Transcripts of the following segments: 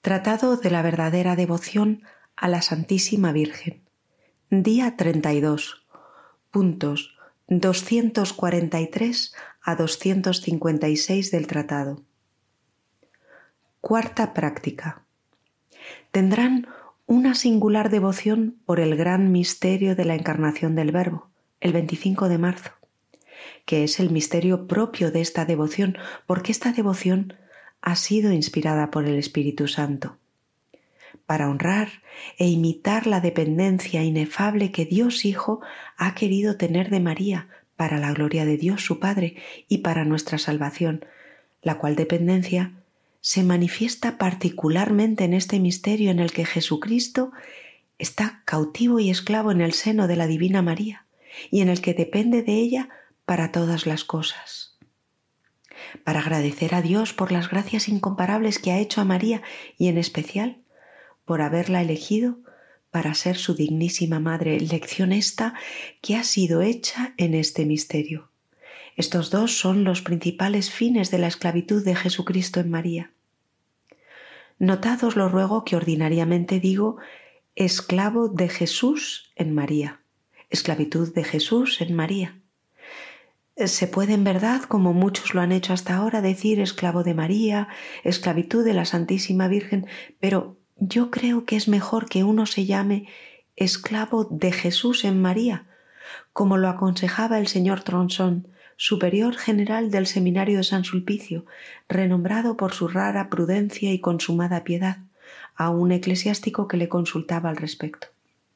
Tratado de la verdadera devoción a la Santísima Virgen. Día 32. Puntos 243 a 256 del tratado. Cuarta práctica. Tendrán una singular devoción por el gran misterio de la encarnación del Verbo, el 25 de marzo, que es el misterio propio de esta devoción, porque esta devoción ha sido inspirada por el Espíritu Santo, para honrar e imitar la dependencia inefable que Dios Hijo ha querido tener de María para la gloria de Dios su Padre y para nuestra salvación, la cual dependencia se manifiesta particularmente en este misterio en el que Jesucristo está cautivo y esclavo en el seno de la Divina María y en el que depende de ella para todas las cosas. Para agradecer a Dios por las gracias incomparables que ha hecho a María y en especial por haberla elegido para ser su dignísima madre, lección esta que ha sido hecha en este misterio. Estos dos son los principales fines de la esclavitud de Jesucristo en María. Notad, os lo ruego, que ordinariamente digo esclavo de Jesús en María, esclavitud de Jesús en María. Se puede en verdad, como muchos lo han hecho hasta ahora, decir esclavo de María, esclavitud de la Santísima Virgen, pero yo creo que es mejor que uno se llame esclavo de Jesús en María, como lo aconsejaba el señor Tronson, superior general del Seminario de San Sulpicio, renombrado por su rara prudencia y consumada piedad, a un eclesiástico que le consultaba al respecto.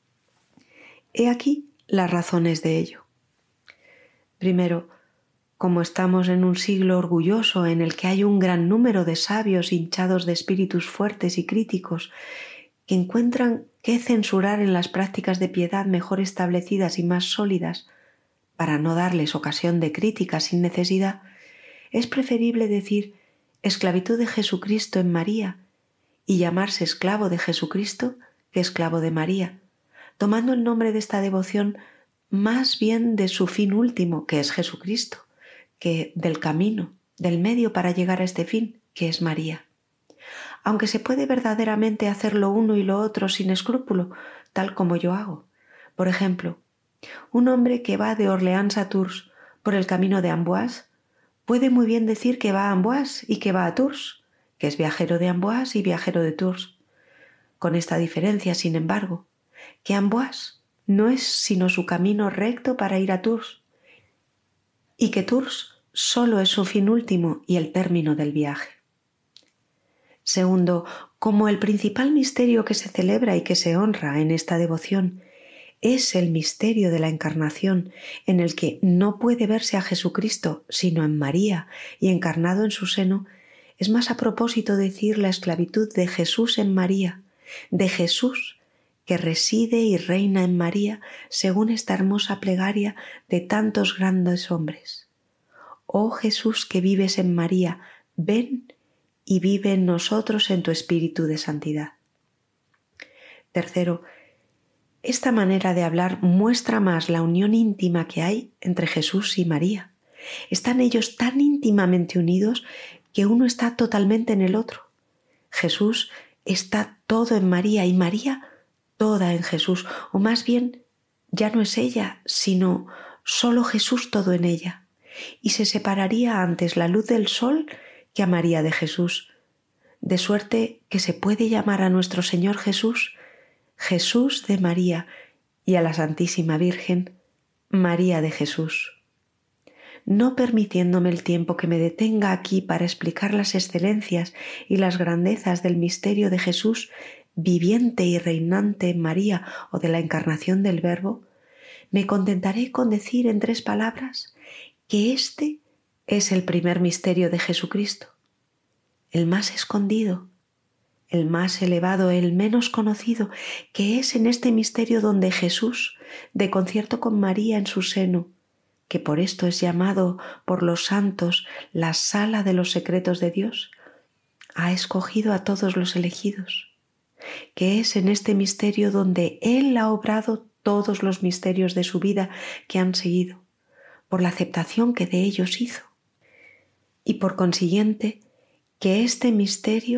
He aquí las razones de ello. Primero, como estamos en un siglo orgulloso en el que hay un gran número de sabios hinchados de espíritus fuertes y críticos que encuentran qué censurar en las prácticas de piedad mejor establecidas y más sólidas para no darles ocasión de crítica sin necesidad, es preferible decir esclavitud de Jesucristo en María y llamarse esclavo de Jesucristo que esclavo de María, tomando el nombre de esta devoción más bien de su fin último, que es Jesucristo, que del camino, del medio para llegar a este fin, que es María. Aunque se puede verdaderamente hacer lo uno y lo otro sin escrúpulo, tal como yo hago. Por ejemplo, un hombre que va de Orleans a Tours por el camino de Amboise puede muy bien decir que va a Amboise y que va a Tours, que es viajero de Amboise y viajero de Tours. Con esta diferencia, sin embargo, que Amboise no es sino su camino recto para ir a Tours, y que Tours solo es su fin último y el término del viaje. Segundo, como el principal misterio que se celebra y que se honra en esta devoción es el misterio de la Encarnación, en el que no puede verse a Jesucristo sino en María y encarnado en su seno, es más a propósito decir la esclavitud de Jesús en María, de Jesús que reside y reina en María según esta hermosa plegaria de tantos grandes hombres. Oh Jesús que vives en María, ven y vive en nosotros en tu espíritu de santidad. Tercero, esta manera de hablar muestra más la unión íntima que hay entre Jesús y María. Están ellos tan íntimamente unidos que uno está totalmente en el otro. Jesús está todo en María y María toda en Jesús, o más bien ya no es ella, sino solo Jesús todo en ella, y se separaría antes la luz del sol que a María de Jesús, de suerte que se puede llamar a nuestro Señor Jesús, Jesús de María, y a la Santísima Virgen, María de Jesús. No permitiéndome el tiempo que me detenga aquí para explicar las excelencias y las grandezas del misterio de Jesús, viviente y reinante en María o de la encarnación del Verbo, me contentaré con decir en 3 palabras que este es el primer misterio de Jesucristo, el más escondido, el más elevado, el menos conocido, que es en este misterio donde Jesús, de concierto con María en su seno, que por esto es llamado por los santos la sala de los secretos de Dios, ha escogido a todos los elegidos, que es en este misterio donde Él ha obrado todos los misterios de su vida que han seguido, por la aceptación que de ellos hizo, y por consiguiente que este misterio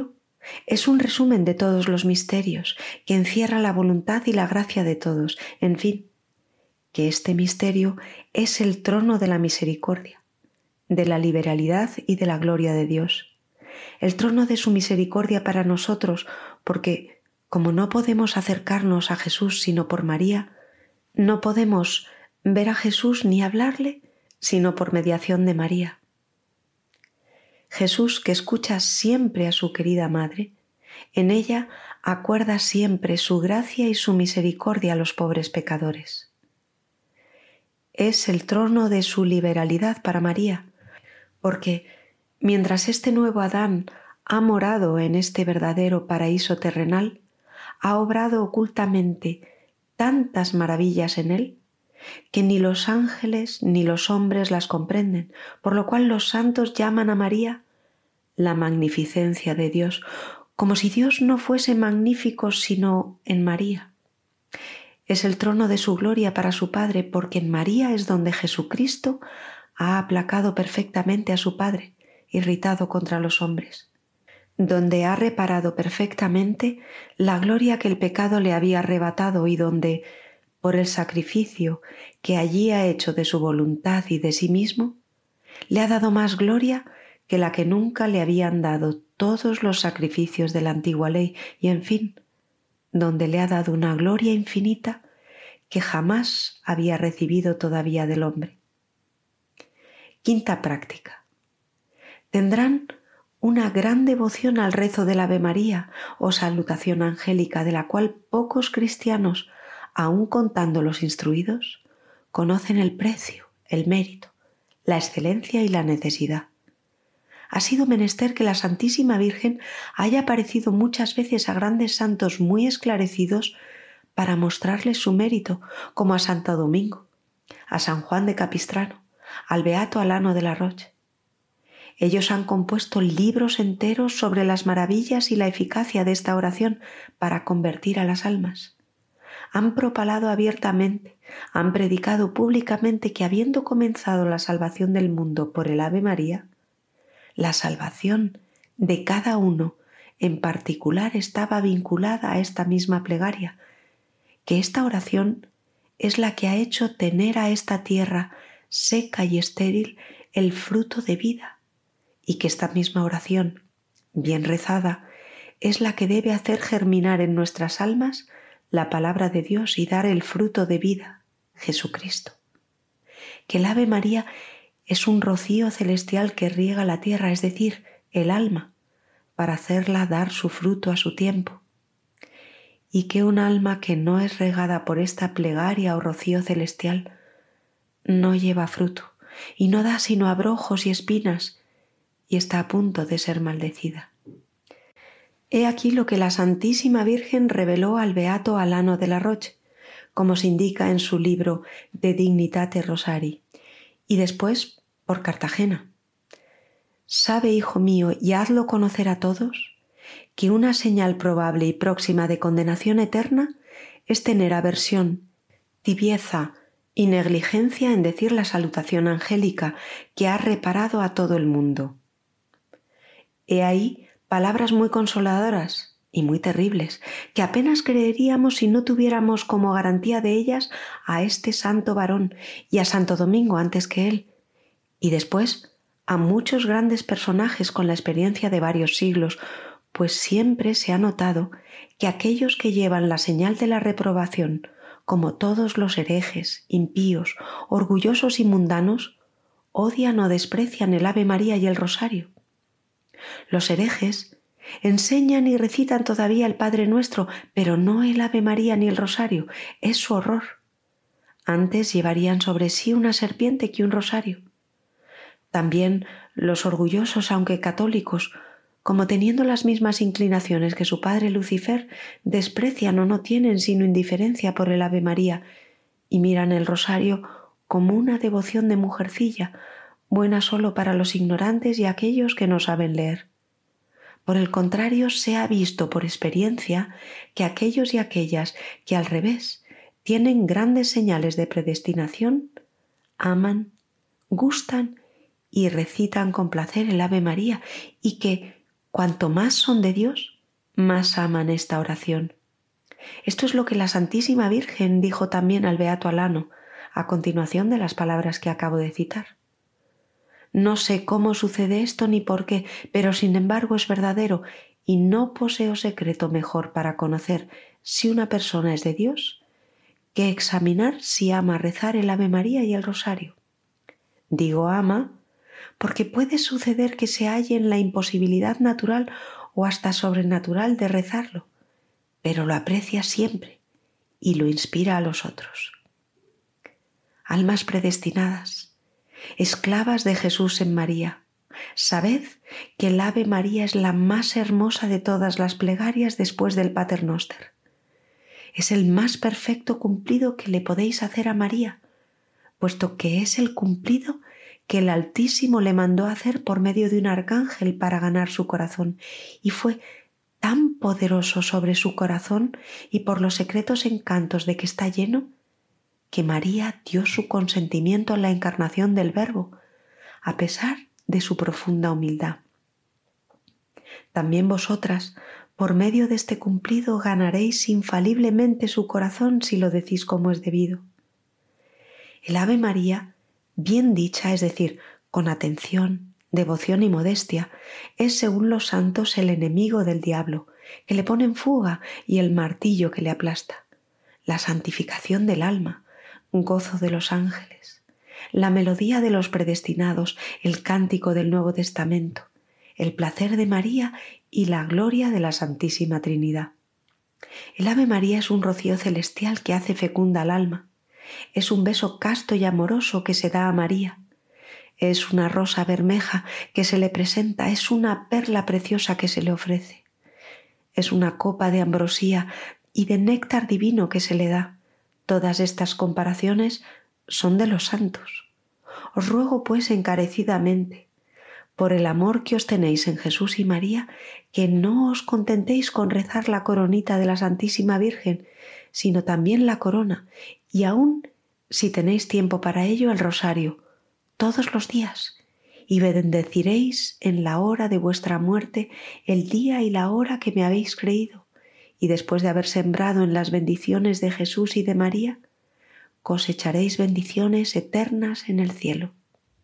Es un resumen de todos los misterios, que encierra la voluntad y la gracia de todos. En fin, que este misterio es el trono de la misericordia, de la liberalidad y de la gloria de Dios. El trono de su misericordia para nosotros, porque como no podemos acercarnos a Jesús sino por María, no podemos ver a Jesús ni hablarle sino por mediación de María. Jesús, que escucha siempre a su querida Madre, en ella acuerda siempre su gracia y su misericordia a los pobres pecadores. Es el trono de su liberalidad para María, porque mientras este nuevo Adán ha morado en este verdadero paraíso terrenal, ha obrado ocultamente tantas maravillas en él que ni los ángeles ni los hombres las comprenden, por lo cual los santos llaman a María la magnificencia de Dios, como si Dios no fuese magnífico sino en María. Es el trono de su gloria para su Padre, porque en María es donde Jesucristo ha aplacado perfectamente a su Padre, irritado contra los hombres, donde ha reparado perfectamente la gloria que el pecado le había arrebatado y donde, por el sacrificio que allí ha hecho de su voluntad y de sí mismo, le ha dado más gloria que la que nunca le habían dado todos los sacrificios de la antigua ley y, en fin, donde le ha dado una gloria infinita que jamás había recibido todavía del hombre. Quinta práctica. Tendrán una gran devoción al rezo del Ave María o salutación angélica, de la cual pocos cristianos, aun contando los instruidos, conocen el precio, el mérito, la excelencia y la necesidad. Ha sido menester que la Santísima Virgen haya aparecido muchas veces a grandes santos muy esclarecidos para mostrarles su mérito, como a Santo Domingo, a San Juan de Capistrano, al beato Alano de la Roche. Ellos han compuesto libros enteros sobre las maravillas y la eficacia de esta oración para convertir a las almas. Han propalado abiertamente, han predicado públicamente que, habiendo comenzado la salvación del mundo por el Ave María, la salvación de cada uno en particular estaba vinculada a esta misma plegaria, que esta oración es la que ha hecho tener a esta tierra seca y estéril el fruto de vida, y que esta misma oración, bien rezada, es la que debe hacer germinar en nuestras almas la palabra de Dios y dar el fruto de vida, Jesucristo. Que el Ave María es un rocío celestial que riega la tierra, es decir, el alma, para hacerla dar su fruto a su tiempo. Y que un alma que no es regada por esta plegaria o rocío celestial no lleva fruto y no da sino abrojos y espinas y está a punto de ser maldecida. He aquí lo que la Santísima Virgen reveló al beato Alano de la Roche, como se indica en su libro De Dignitate Rosari, y después por Cartagena. Sabe, hijo mío, y hazlo conocer a todos, que una señal probable y próxima de condenación eterna es tener aversión, tibieza y negligencia en decir la salutación angélica que ha reparado a todo el mundo. He ahí palabras muy consoladoras y muy terribles, que apenas creeríamos si no tuviéramos como garantía de ellas a este santo varón y a Santo Domingo antes que él, y después a muchos grandes personajes con la experiencia de varios siglos, pues siempre se ha notado que aquellos que llevan la señal de la reprobación, como todos los herejes, impíos, orgullosos y mundanos, odian o desprecian el Ave María y el Rosario. Los herejes enseñan y recitan todavía el Padre Nuestro, pero no el Ave María ni el Rosario, es su horror. Antes llevarían sobre sí una serpiente que un rosario. También los orgullosos, aunque católicos, como teniendo las mismas inclinaciones que su padre Lucifer, desprecian o no tienen sino indiferencia por el Ave María y miran el rosario como una devoción de mujercilla, buena solo para los ignorantes y aquellos que no saben leer. Por el contrario, se ha visto por experiencia que aquellos y aquellas que al revés tienen grandes señales de predestinación, aman, gustan y recitan con placer el Ave María, y que, cuanto más son de Dios, más aman esta oración. Esto es lo que la Santísima Virgen dijo también al Beato Alano, a continuación de las palabras que acabo de citar. No sé cómo sucede esto ni por qué, pero sin embargo es verdadero y no poseo secreto mejor para conocer si una persona es de Dios que examinar si ama rezar el Ave María y el Rosario. Digo ama porque puede suceder que se halle en la imposibilidad natural o hasta sobrenatural de rezarlo, pero lo aprecia siempre y lo inspira a los otros. Almas predestinadas, esclavas de Jesús en María, sabed que el Ave María es la más hermosa de todas las plegarias después del Pater Noster. Es el más perfecto cumplido que le podéis hacer a María, puesto que es el cumplido que el Altísimo le mandó hacer por medio de un arcángel para ganar su corazón, y fue tan poderoso sobre su corazón y por los secretos encantos de que está lleno, que María dio su consentimiento a la encarnación del Verbo, a pesar de su profunda humildad. También vosotras, por medio de este cumplido, ganaréis infaliblemente su corazón si lo decís como es debido. El Ave María, bien dicha, es decir, con atención, devoción y modestia, es, según los santos, el enemigo del diablo, que le pone en fuga, y el martillo que le aplasta, la santificación del alma, gozo de los ángeles, la melodía de los predestinados, el cántico del Nuevo Testamento, el placer de María y la gloria de la Santísima Trinidad. El Ave María es un rocío celestial que hace fecunda al alma, es un beso casto y amoroso que se da a María, es una rosa bermeja que se le presenta, es una perla preciosa que se le ofrece, es una copa de ambrosía y de néctar divino que se le da. Todas estas comparaciones son de los santos. Os ruego, pues, encarecidamente, por el amor que os tenéis en Jesús y María, que no os contentéis con rezar la coronita de la Santísima Virgen, sino también la corona, y aún, si tenéis tiempo para ello, el rosario, todos los días, y bendeciréis en la hora de vuestra muerte el día y la hora que me habéis creído, y después de haber sembrado en las bendiciones de Jesús y de María, cosecharéis bendiciones eternas en el cielo.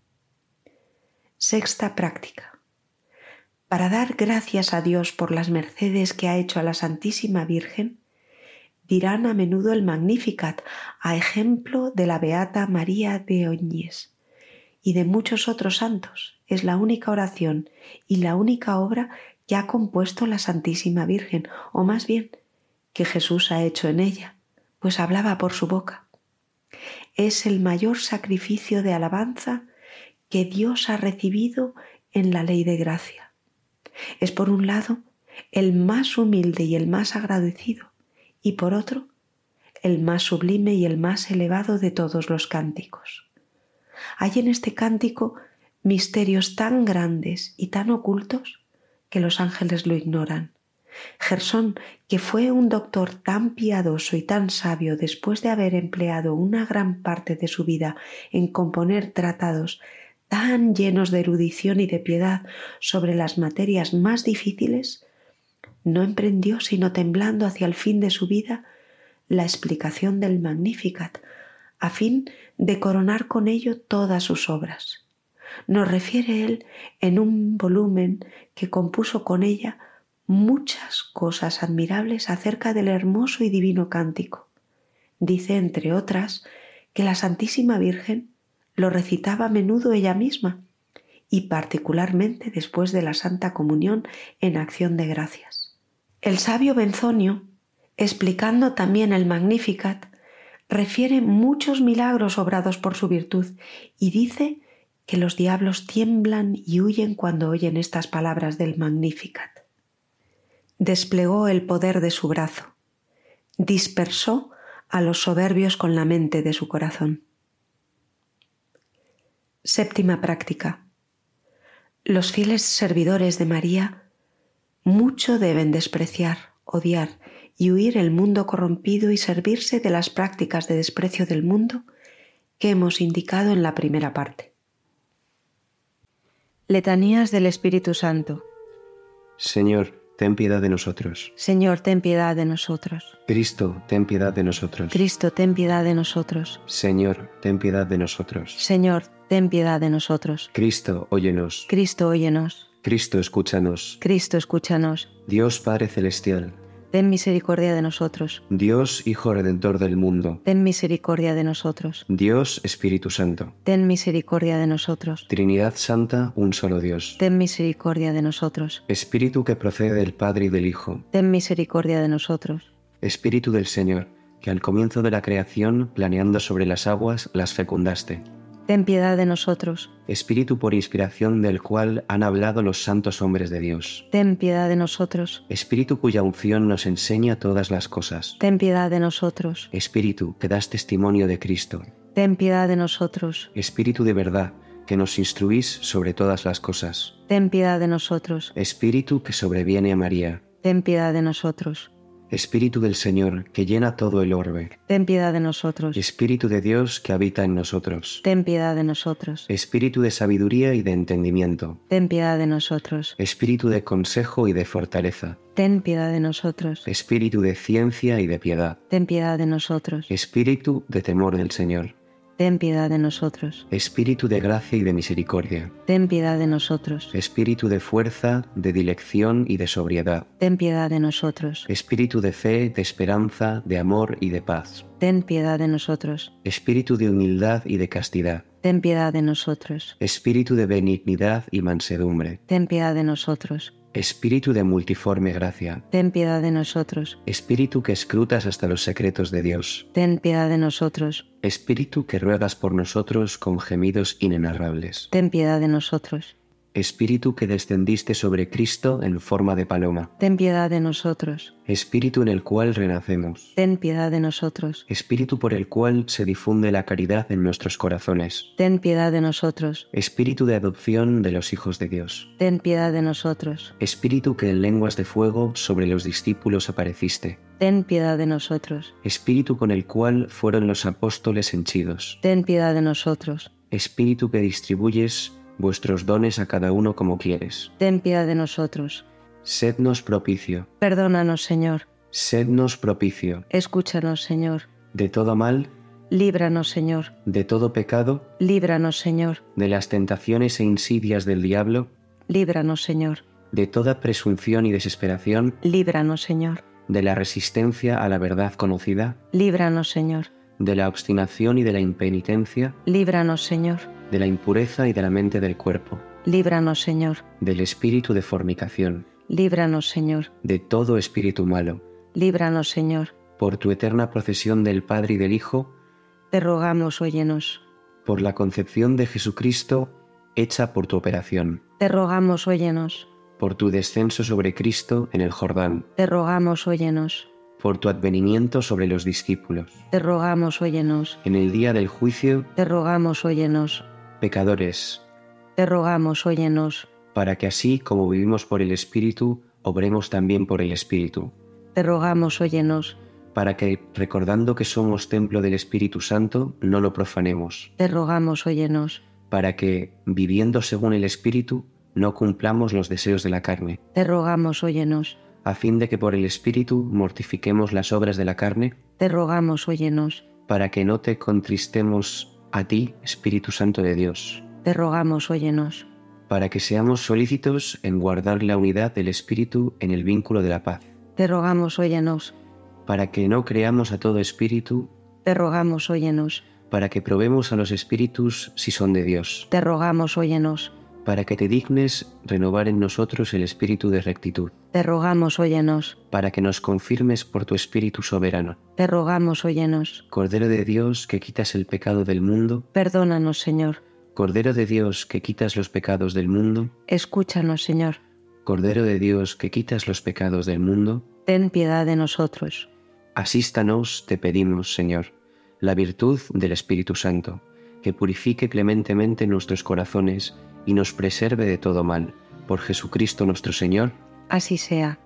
Sexta práctica. Para dar gracias a Dios por las mercedes que ha hecho a la Santísima Virgen, dirán a menudo el Magnificat, a ejemplo de la Beata María de Oñés y de muchos otros santos. Es la única oración y la única obra que ha compuesto la Santísima Virgen, o más bien, que Jesús ha hecho en ella, pues hablaba por su boca. Es el mayor sacrificio de alabanza que Dios ha recibido en la ley de gracia. Es, por un lado, el más humilde y el más agradecido, y por otro, el más sublime y el más elevado de todos los cánticos. Hay en este cántico misterios tan grandes y tan ocultos que los ángeles lo ignoran. Gersón, que fue un doctor tan piadoso y tan sabio después de haber empleado una gran parte de su vida en componer tratados tan llenos de erudición y de piedad sobre las materias más difíciles, no emprendió sino temblando hacia el fin de su vida la explicación del Magnificat, a fin de coronar con ello todas sus obras. Nos refiere él en un volumen que compuso con ella muchas cosas admirables acerca del hermoso y divino cántico. Dice, entre otras, que la Santísima Virgen lo recitaba a menudo ella misma y particularmente después de la Santa Comunión en acción de gracias. El sabio Benzonio, explicando también el Magnificat, refiere muchos milagros obrados por su virtud y dice que los diablos tiemblan y huyen cuando oyen estas palabras del Magnificat. Desplegó el poder de su brazo, dispersó a los soberbios con la mente de su corazón. Séptima práctica. Los fieles servidores de María mucho deben despreciar, odiar y huir el mundo corrompido y servirse de las prácticas de desprecio del mundo que hemos indicado en la primera parte. Letanías del Espíritu Santo. Señor, ten piedad de nosotros. Señor, ten piedad de nosotros. Cristo, ten piedad de nosotros. Cristo, ten piedad de nosotros. Señor, ten piedad de nosotros. Señor, ten piedad de nosotros. Cristo, óyenos. Cristo, óyenos. Cristo, escúchanos. Cristo, escúchanos. Dios Padre Celestial, Ten misericordia de nosotros. Dios Hijo Redentor del mundo, Ten misericordia de nosotros. Dios Espíritu Santo, Ten misericordia de nosotros. Trinidad Santa, un solo Dios. Ten misericordia de nosotros. Espíritu que procede del Padre y del Hijo. Ten misericordia de nosotros. Espíritu del Señor, que al comienzo de la creación, planeando sobre las aguas, las fecundaste. Ten piedad de nosotros. Espíritu por inspiración del cual han hablado los santos hombres de Dios. Ten piedad de nosotros. Espíritu cuya unción nos enseña todas las cosas. Ten piedad de nosotros. Espíritu que das testimonio de Cristo. Ten piedad de nosotros. Espíritu de verdad, que nos instruís sobre todas las cosas. Ten piedad de nosotros. Espíritu que sobreviene a María. Ten piedad de nosotros. Espíritu del Señor, que llena todo el orbe. Ten piedad de nosotros. Espíritu de Dios que habita en nosotros. Ten piedad de nosotros. Espíritu de sabiduría y de entendimiento. Ten piedad de nosotros. Espíritu de consejo y de fortaleza. Ten piedad de nosotros. Espíritu de ciencia y de piedad. Ten piedad de nosotros. Espíritu de temor del Señor. Ten piedad de nosotros. Espíritu de gracia y de misericordia. Ten piedad de nosotros. Espíritu de fuerza, de dilección y de sobriedad. Ten piedad de nosotros. Espíritu de fe, de esperanza, de amor y de paz. Ten piedad de nosotros. Espíritu de humildad y de castidad. Ten piedad de nosotros. Espíritu de benignidad y mansedumbre. Ten piedad de nosotros. Espíritu de multiforme gracia. Ten piedad de nosotros. Espíritu que escrutas hasta los secretos de Dios. Ten piedad de nosotros. Espíritu que ruegas por nosotros con gemidos inenarrables. Ten piedad de nosotros. Espíritu que descendiste sobre Cristo en forma de paloma. Ten piedad de nosotros. Espíritu en el cual renacemos. Ten piedad de nosotros. Espíritu por el cual se difunde la caridad en nuestros corazones. Ten piedad de nosotros. Espíritu de adopción de los hijos de Dios. Ten piedad de nosotros. Espíritu que en lenguas de fuego sobre los discípulos apareciste. Ten piedad de nosotros. Espíritu con el cual fueron los apóstoles henchidos. Ten piedad de nosotros. Espíritu que distribuyes vuestros dones a cada uno como quieres. Ten piedad de nosotros. Sednos propicio. Perdónanos, Señor. Sednos propicio. Escúchanos, Señor. De todo mal, Líbranos, Señor. de todo pecado, Líbranos, Señor. de las tentaciones e insidias del diablo, Líbranos, Señor. de toda presunción y desesperación, Líbranos, Señor. de la resistencia a la verdad conocida, Líbranos, Señor. de la obstinación y de la impenitencia, Líbranos, Señor. de la impureza y de la mente del cuerpo, Líbranos, Señor. del espíritu de fornicación, Líbranos, Señor. de todo espíritu malo, Líbranos, Señor. por tu eterna procesión del Padre y del Hijo, Te rogamos, óyenos. por la concepción de Jesucristo hecha por tu operación, Te rogamos, óyenos. por tu descenso sobre Cristo en el Jordán, Te rogamos, óyenos. por tu advenimiento sobre los discípulos, Te rogamos, óyenos. en el día del juicio, Te rogamos, óyenos. pecadores, Te rogamos, óyenos. para que así como vivimos por el Espíritu, obremos también por el Espíritu, Te rogamos, óyenos. para que, recordando que somos templo del Espíritu Santo, no lo profanemos, Te rogamos, óyenos. para que, viviendo según el Espíritu, no cumplamos los deseos de la carne, Te rogamos, óyenos. a fin de que por el Espíritu mortifiquemos las obras de la carne, Te rogamos, óyenos. para que no te contristemos a ti, Espíritu Santo de Dios, Te rogamos, óyenos. para que seamos solícitos en guardar la unidad del Espíritu en el vínculo de la paz, Te rogamos, óyenos. para que no creamos a todo espíritu, Te rogamos, óyenos. para que probemos a los espíritus si son de Dios, Te rogamos, óyenos. para que te dignes renovar en nosotros el espíritu de rectitud, Te rogamos, óyenos. para que nos confirmes por tu Espíritu soberano. Te rogamos, óyenos. Cordero de Dios, que quitas el pecado del mundo, Perdónanos, Señor. Cordero de Dios, que quitas los pecados del mundo, Escúchanos, Señor. Cordero de Dios, que quitas los pecados del mundo, Ten piedad de nosotros. asístanos, te pedimos, Señor, la virtud del Espíritu Santo, que purifique clementemente nuestros corazones y nos preserve de todo mal. Por Jesucristo nuestro Señor. Así sea.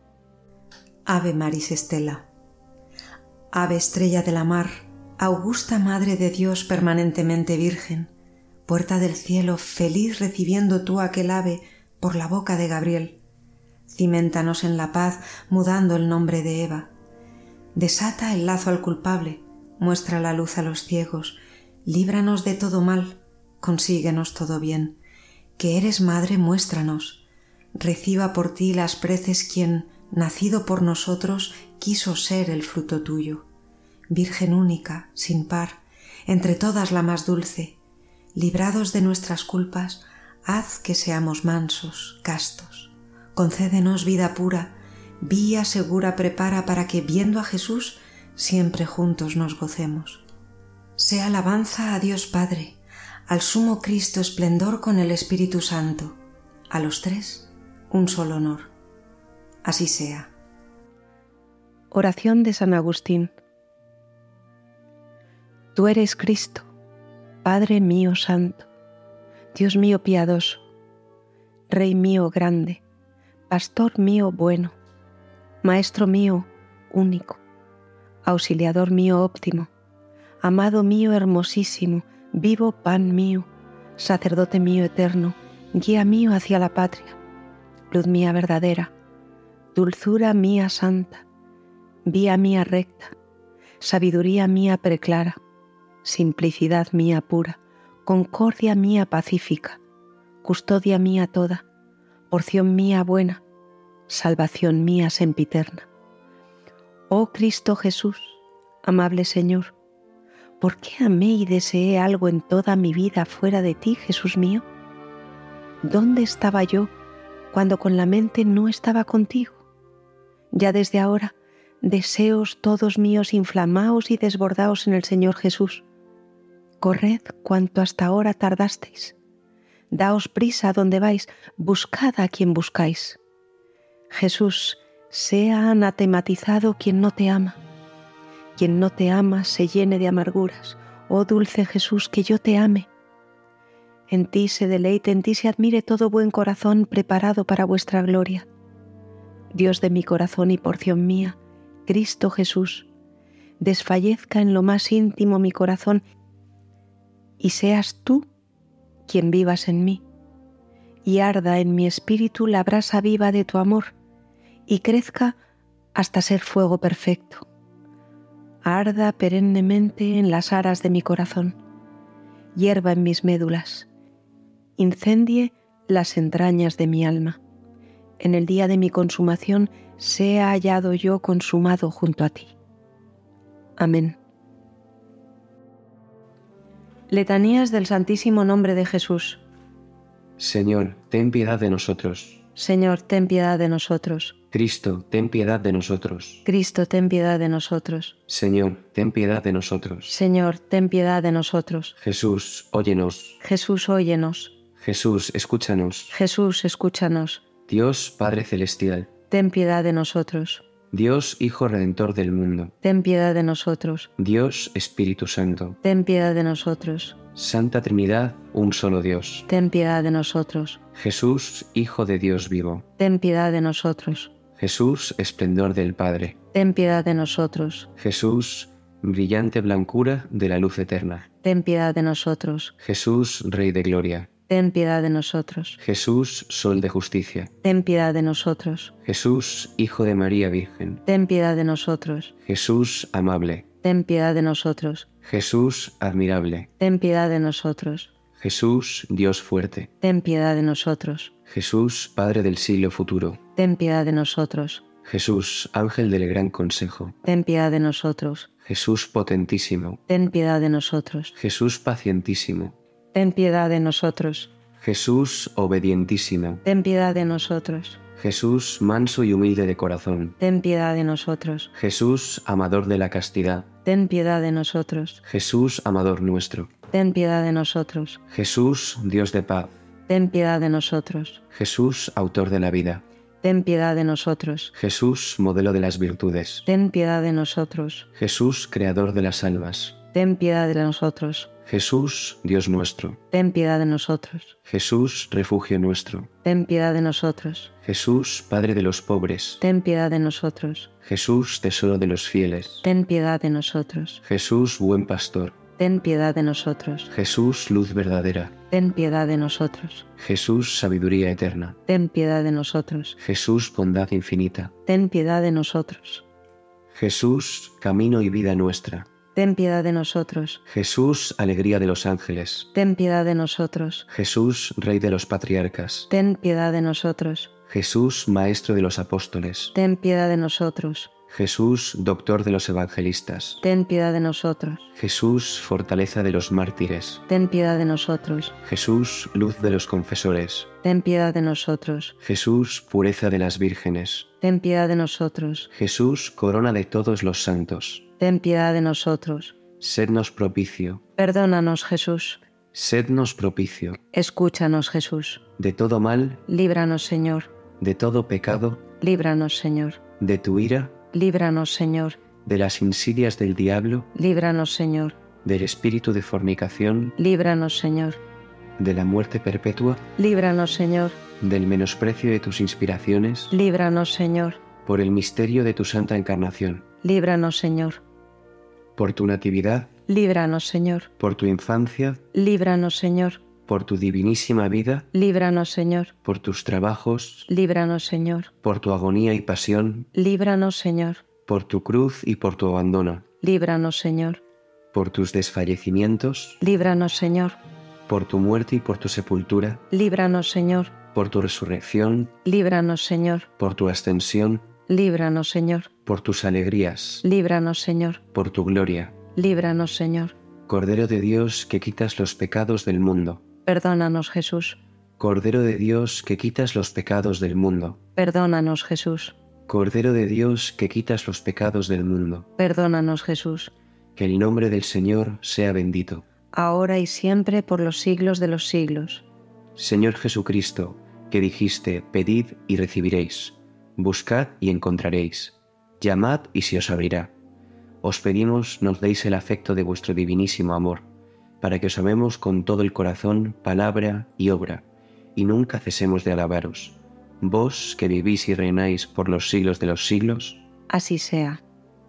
Ave Maris Stella. Ave estrella de la mar, augusta Madre de Dios permanentemente virgen, puerta del cielo, feliz recibiendo tú aquel ave por la boca de Gabriel. Ciméntanos en la paz, mudando el nombre de Eva. Desata el lazo al culpable, muestra la luz a los ciegos, líbranos de todo mal, consíguenos todo bien. Que eres madre, muéstranos. Reciba por ti las preces quien, nacido por nosotros, quiso ser el fruto tuyo. Virgen única, sin par, entre todas la más dulce, librados de nuestras culpas, haz que seamos mansos, castos. Concédenos vida pura, vía segura prepara para que, viendo a Jesús, siempre juntos nos gocemos. Sea alabanza a Dios Padre, al Sumo Cristo esplendor con el Espíritu Santo, a los tres un solo honor. Así sea. Oración de San Agustín. Tú eres Cristo, Padre mío santo, Dios mío piadoso, Rey mío grande, Pastor mío bueno, Maestro mío único, Auxiliador mío óptimo, Amado mío hermosísimo, vivo pan mío, Sacerdote mío eterno, guía mío hacia la patria, luz mía verdadera, dulzura mía santa, vía mía recta, sabiduría mía preclara, simplicidad mía pura, concordia mía pacífica, custodia mía toda, porción mía buena, salvación mía sempiterna. Oh Cristo Jesús, amable Señor, ¿por qué amé y deseé algo en toda mi vida fuera de ti, Jesús mío? ¿Dónde estaba yo cuando con la mente no estaba contigo? Ya desde ahora, deseos todos míos inflamaos y desbordaos en el Señor Jesús. Corred cuanto hasta ahora tardasteis. Daos prisa a donde vais, buscad a quien buscáis. Jesús, sea anatematizado quien no te ama. Quien no te ama se llene de amarguras. Oh dulce Jesús, que yo te ame. En ti se deleite, en ti se admire todo buen corazón preparado para vuestra gloria. Dios de mi corazón y porción mía, Cristo Jesús, desfallezca en lo más íntimo mi corazón y seas tú quien vivas en mí, y arda en mi espíritu la brasa viva de tu amor, y crezca hasta ser fuego perfecto. Arda perennemente en las aras de mi corazón, hierva en mis médulas, incendie las entrañas de mi alma. En el día de mi consumación sea hallado yo consumado junto a ti. Amén. Letanías del Santísimo Nombre de Jesús. Señor, ten piedad de nosotros. Señor, ten piedad de nosotros. Cristo, ten piedad de nosotros. Cristo, ten piedad de nosotros. Señor, ten piedad de nosotros. Señor, ten piedad de nosotros. Jesús, óyenos. Jesús, óyenos. Jesús, escúchanos. Jesús, escúchanos. Dios Padre Celestial. Ten piedad de nosotros. Dios Hijo Redentor del mundo. Ten piedad de nosotros. Dios Espíritu Santo. Ten piedad de nosotros. Santa Trinidad, un solo Dios. Ten piedad de nosotros. Jesús, Hijo de Dios vivo. Ten piedad de nosotros. Jesús, esplendor del Padre. Ten piedad de nosotros. Jesús, brillante blancura de la luz eterna. Ten piedad de nosotros. Jesús, Rey de gloria. Ten piedad de nosotros. Jesús, Sol de justicia. Ten piedad de nosotros. Jesús, Hijo de María Virgen. Ten piedad de nosotros. Jesús, amable. Ten piedad de nosotros. Jesús, admirable. Ten piedad de nosotros. Jesús, Dios fuerte. Ten piedad de nosotros. Jesús, Padre del siglo futuro. Ten piedad de nosotros. Jesús, Ángel del gran consejo. Ten piedad de nosotros. Jesús potentísimo. Ten piedad de nosotros. Jesús pacientísimo. Ten piedad de nosotros. Jesús obedientísimo. Ten piedad de nosotros. Jesús manso y humilde de corazón. Ten piedad de nosotros. Jesús amador de la castidad. Ten piedad de nosotros. Jesús amador nuestro. Ten piedad de nosotros. Jesús Dios de paz. Ten piedad de nosotros. Jesús autor de la vida. Ten piedad de nosotros. Jesús modelo de las virtudes. Ten piedad de nosotros. Jesús creador de las almas. Ten piedad de nosotros. Jesús Dios nuestro. Ten piedad de nosotros. Jesús refugio nuestro. Ten piedad de nosotros. Jesús Padre de los pobres. Ten piedad de nosotros. Jesús tesoro de los fieles. Ten piedad de nosotros. Jesús buen pastor. ten piedad de nosotros. Jesús, luz verdadera. Ten piedad de nosotros. Jesús, sabiduría eterna. Ten piedad de nosotros. Jesús, bondad infinita. Ten piedad de nosotros. Jesús, camino y vida nuestra. Ten piedad de nosotros. Jesús, alegría de los ángeles. Ten piedad de nosotros. Jesús, Rey de los patriarcas. Ten piedad de nosotros. Jesús, Maestro de los apóstoles. Ten piedad de nosotros. Jesús, Doctor de los evangelistas. Ten piedad de nosotros. Jesús, fortaleza de los mártires. Ten piedad de nosotros. Jesús, luz de los confesores. Ten piedad de nosotros. Jesús, pureza de las vírgenes. Ten piedad de nosotros. Jesús, corona de todos los santos. Ten piedad de nosotros. Sednos propicio. Perdónanos, Jesús. Sednos propicio. Escúchanos, Jesús. De todo mal, Líbranos, Señor. de todo pecado, Líbranos, Señor. de tu ira, Líbranos, Señor. de las insidias del diablo, Líbranos, Señor. del espíritu de fornicación, Líbranos, Señor. de la muerte perpetua, Líbranos, Señor. del menosprecio de tus inspiraciones, Líbranos, Señor. por el misterio de tu santa encarnación, Líbranos, Señor. por tu natividad, Líbranos, Señor. por tu infancia, Líbranos, Señor. por tu divinísima vida, Líbranos, Señor. por tus trabajos, Líbranos, Señor. por tu agonía y pasión, Líbranos, Señor. por tu cruz y por tu abandono, Líbranos, Señor. por tus desfallecimientos, Líbranos, Señor. por tu muerte y por tu sepultura, Líbranos, Señor. por tu resurrección, Líbranos, Señor. por tu ascensión, Líbranos, Señor. por tus alegrías, Líbranos, Señor. por tu gloria. Líbranos, Señor. Cordero de Dios que quitas los pecados del mundo. Perdónanos, Jesús. Cordero de Dios que quitas los pecados del mundo. Perdónanos, Jesús. Cordero de Dios que quitas los pecados del mundo. Perdónanos, Jesús. Que el nombre del Señor sea bendito. Ahora y siempre por los siglos de los siglos. Señor Jesucristo, que dijiste, pedid y recibiréis, buscad y encontraréis, llamad y se os abrirá. Os pedimos nos deis el afecto de vuestro divinísimo amor, para que os amemos con todo el corazón, palabra y obra, y nunca cesemos de alabaros. Vos, que vivís y reináis por los siglos de los siglos. Así sea.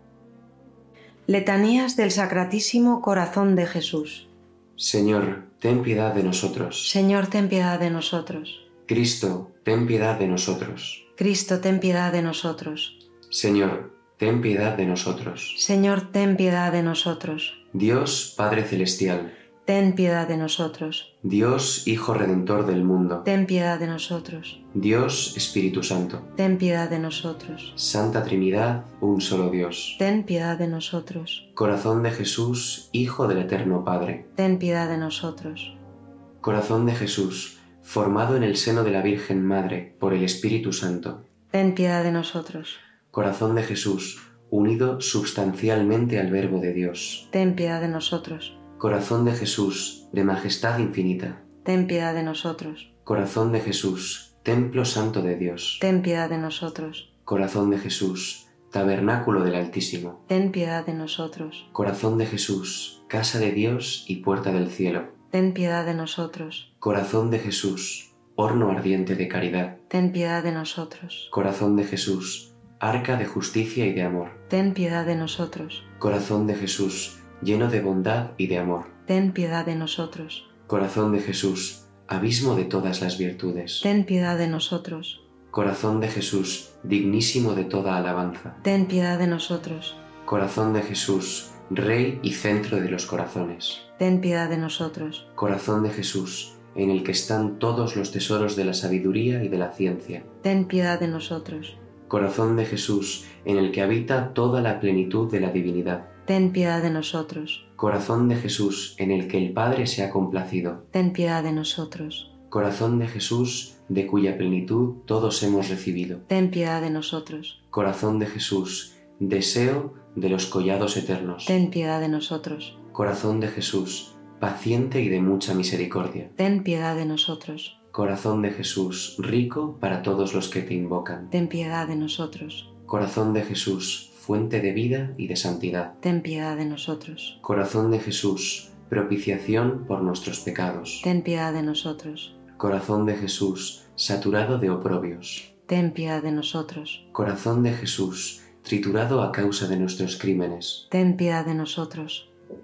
Letanías del Sacratísimo Corazón de Jesús. Señor, ten piedad de nosotros. Señor, ten piedad de nosotros. Cristo, ten piedad de nosotros. Cristo, ten piedad de nosotros. Señor, ten piedad de nosotros. Señor, ten piedad de nosotros. Dios Padre Celestial, Ten piedad de nosotros. Dios Hijo Redentor del mundo, Ten piedad de nosotros. Dios Espíritu Santo, Ten piedad de nosotros. Santa Trinidad, un solo Dios. Ten piedad de nosotros. Corazón de Jesús, Hijo del Eterno Padre. Ten piedad de nosotros. Corazón de Jesús, formado en el seno de la Virgen Madre por el Espíritu Santo. Ten piedad de nosotros. Corazón de Jesús, unido substancialmente al Verbo de Dios. Ten piedad de nosotros. Corazón de Jesús, de majestad infinita. Ten piedad de nosotros. Corazón de Jesús, templo santo de Dios. Ten piedad de nosotros. Corazón de Jesús, tabernáculo del Altísimo. Ten piedad de nosotros. Corazón de Jesús, casa de Dios y puerta del cielo. Ten piedad de nosotros. Corazón de Jesús, horno ardiente de caridad. Ten piedad de nosotros. Corazón de Jesús, arca de justicia y de amor. Ten piedad de nosotros. Corazón de Jesús, lleno de bondad y de amor. Ten piedad de nosotros. Corazón de Jesús, abismo de todas las virtudes. Ten piedad de nosotros. Corazón de Jesús, dignísimo de toda alabanza. Ten piedad de nosotros. Corazón de Jesús, Rey y centro de los corazones. Ten piedad de nosotros. Corazón de Jesús, en el que están todos los tesoros de la sabiduría y de la ciencia. Ten piedad de nosotros. Corazón de Jesús, en el que habita toda la plenitud de la divinidad. Ten piedad de nosotros. Corazón de Jesús, en el que el Padre se ha complacido. Ten piedad de nosotros. Corazón de Jesús, de cuya plenitud todos hemos recibido. Ten piedad de nosotros. Corazón de Jesús, deseo de los collados eternos. Ten piedad de nosotros. Corazón de Jesús, paciente y de mucha misericordia. Ten piedad de nosotros. Corazón de Jesús, rico para todos los que te invocan. Ten piedad de nosotros. Corazón de Jesús, fuente de vida y de santidad. Ten piedad de nosotros. Corazón de Jesús, propiciación por nuestros pecados. Ten piedad de nosotros. Corazón de Jesús, saturado de oprobios. Ten piedad de nosotros. Corazón de Jesús, triturado a causa de nuestros crímenes. Ten piedad de nosotros.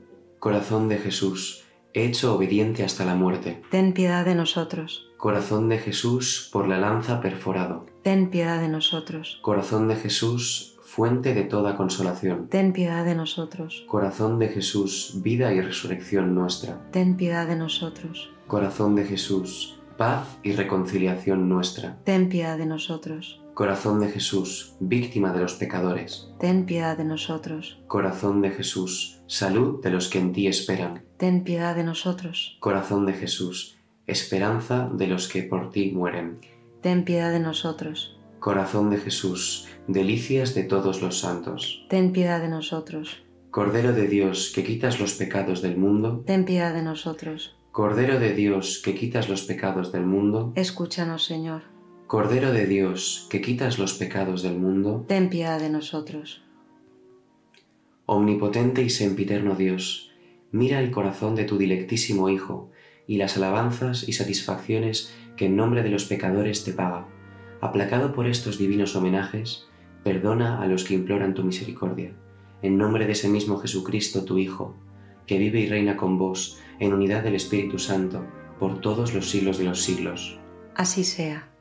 Corazón de Jesús, hecho obediente hasta la muerte. ten piedad de nosotros. Corazón de Jesús, por la lanza perforado. Ten piedad de nosotros. Corazón de Jesús, fuente de toda consolación. Ten piedad de nosotros. Corazón de Jesús, vida y resurrección nuestra. Ten piedad de nosotros. Corazón de Jesús, paz y reconciliación nuestra. Ten piedad de nosotros. Corazón de Jesús, víctima de los pecadores. Ten piedad de nosotros. Corazón de Jesús, salud de los que en ti esperan. Ten piedad de nosotros. Corazón de Jesús, esperanza de los que por ti mueren. Ten piedad de nosotros. Corazón de Jesús, delicias de todos los santos. Ten piedad de nosotros. Cordero de Dios, que quitas los pecados del mundo. Ten piedad de nosotros. Cordero de Dios, que quitas los pecados del mundo. Escúchanos, Señor. Cordero de Dios, que quitas los pecados del mundo. Ten piedad de nosotros. Omnipotente y sempiterno Dios, mira el corazón de tu dilectísimo Hijo y las alabanzas y satisfacciones que en nombre de los pecadores te paga. Aplacado por estos divinos homenajes, perdona a los que imploran tu misericordia. En nombre de ese mismo Jesucristo, tu Hijo, que vive y reina con vos en unidad del Espíritu Santo por todos los siglos de los siglos. Así sea.